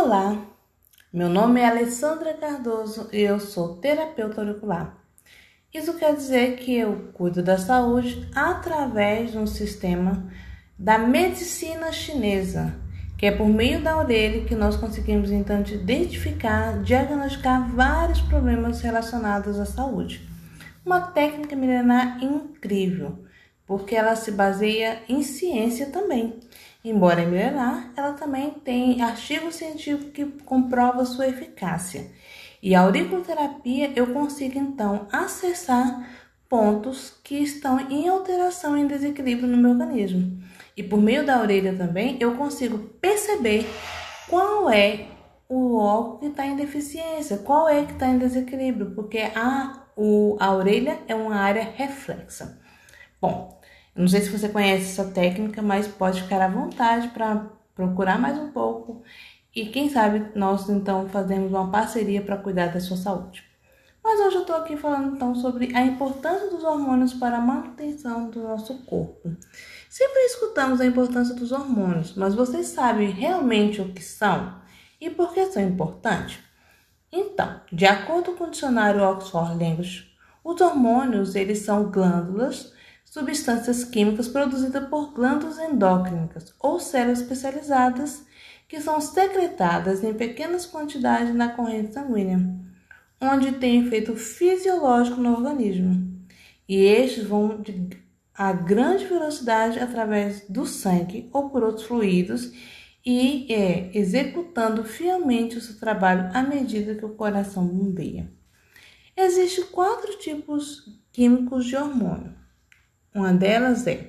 Olá, meu nome é Alessandra Cardoso e eu sou terapeuta auricular. Isso quer dizer que eu cuido da saúde através de um sistema da medicina chinesa, que é por meio da orelha que nós conseguimos então identificar, diagnosticar vários problemas relacionados à saúde. Uma técnica milenar incrível, porque ela se baseia em ciência também. Embora é milenar, ela também tem artigos científicos que comprovam sua eficácia. E a auriculoterapia eu consigo então acessar pontos que estão em alteração, em desequilíbrio no meu organismo. E por meio da orelha também eu consigo perceber qual é o órgão que está em deficiência, qual é que está em desequilíbrio, porque a orelha é uma área reflexa. Bom, não sei se você conhece essa técnica, mas pode ficar à vontade para procurar mais um pouco e quem sabe nós então fazemos uma parceria para cuidar da sua saúde. Mas hoje eu estou aqui falando então sobre a importância dos hormônios para a manutenção do nosso corpo. Sempre escutamos a importância dos hormônios, mas vocês sabem realmente o que são e por que são importantes? Então, de acordo com o dicionário Oxford Language, os hormônios eles são glândulas, substâncias químicas produzidas por glândulas endócrinas ou células especializadas que são secretadas em pequenas quantidades na corrente sanguínea, onde tem efeito fisiológico no organismo. E estes vão a grande velocidade através do sangue ou por outros fluidos e executando fielmente o seu trabalho à medida que o coração bombeia. Existem 4 tipos químicos de hormônio. Uma delas é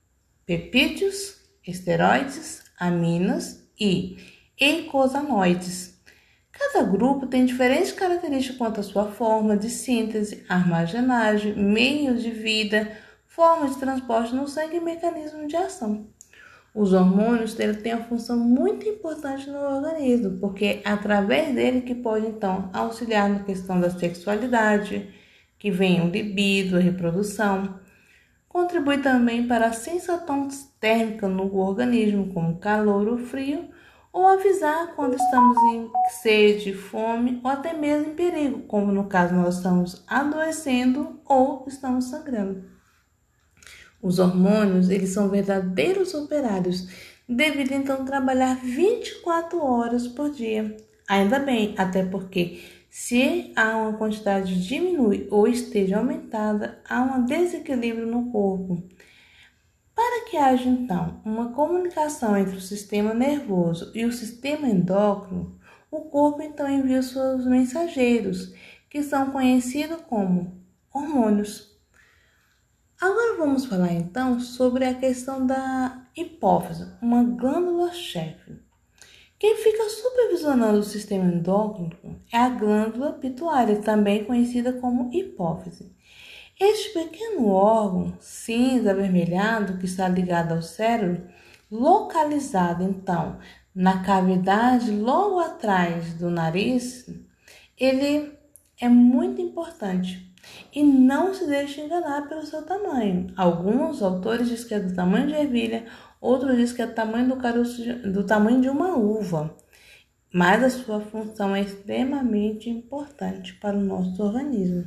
peptídeos, esteroides, aminas e eicosanoides. Cada grupo tem diferentes características quanto à sua forma de síntese, armazenagem, meios de vida, forma de transporte no sangue e mecanismo de ação. Os hormônios têm uma função muito importante no organismo, porque é através dele que pode então auxiliar na questão da sexualidade, que vem o libido, a reprodução. Contribui também para a sensação térmica no organismo, como calor ou frio, ou avisar quando estamos em sede, fome ou até mesmo em perigo, como no caso nós estamos adoecendo ou estamos sangrando. Os hormônios, eles são verdadeiros operários, devido então trabalhar 24 horas por dia. Ainda bem, até porque se há uma quantidade diminui ou esteja aumentada, há um desequilíbrio no corpo. Para que haja então uma comunicação entre o sistema nervoso e o sistema endócrino, o corpo então envia os seus mensageiros, que são conhecidos como hormônios. Agora vamos falar então sobre a questão da hipófise, uma glândula-chefe. Quem fica supervisionando o sistema endócrino é a glândula pituária, também conhecida como hipófise. Este pequeno órgão cinza avermelhado que está ligado ao cérebro, localizado então na cavidade logo atrás do nariz, ele é muito importante. E não se deixe enganar pelo seu tamanho. Alguns autores dizem que é do tamanho de ervilha, outros dizem que é do tamanho do caroço, do tamanho de uma uva. Mas a sua função é extremamente importante para o nosso organismo.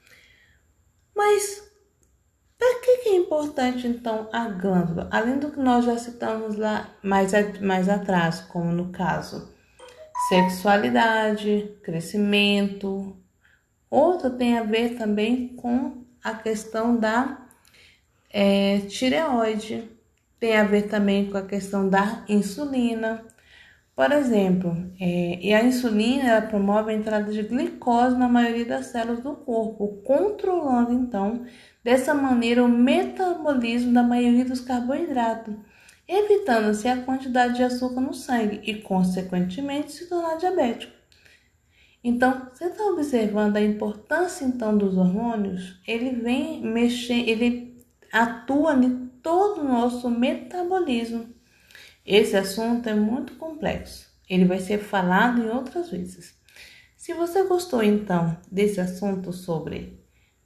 Mas para que é importante então a glândula? Além do que nós já citamos lá mais atrás, como no caso sexualidade, crescimento. Outra tem a ver também com a questão da tireoide, tem a ver também com a questão da insulina. Por exemplo, e a insulina ela promove a entrada de glicose na maioria das células do corpo, controlando então dessa maneira o metabolismo da maioria dos carboidratos, evitando-se a quantidade de açúcar no sangue e, consequentemente, se tornar diabético. Então, você está observando a importância então dos hormônios? Ele vem mexer, ele atua em todo o nosso metabolismo. Esse assunto é muito complexo. Ele vai ser falado em outras vezes. Se você gostou então desse assunto sobre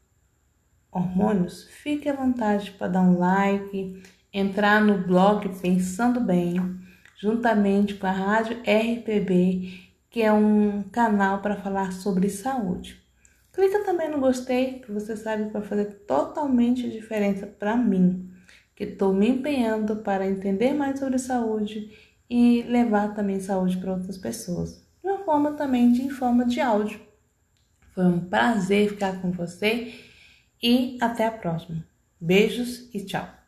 hormônios, fique à vontade para dar um like, entrar no blog Pensando Bem. juntamente com a Rádio RPB, que é um canal para falar sobre saúde. Clica também no gostei, que você sabe que vai fazer totalmente diferença para mim, que estou me empenhando para entender mais sobre saúde e levar também saúde para outras pessoas, de uma forma também em forma de áudio. Foi um prazer ficar com você e até a próxima. Beijos e tchau!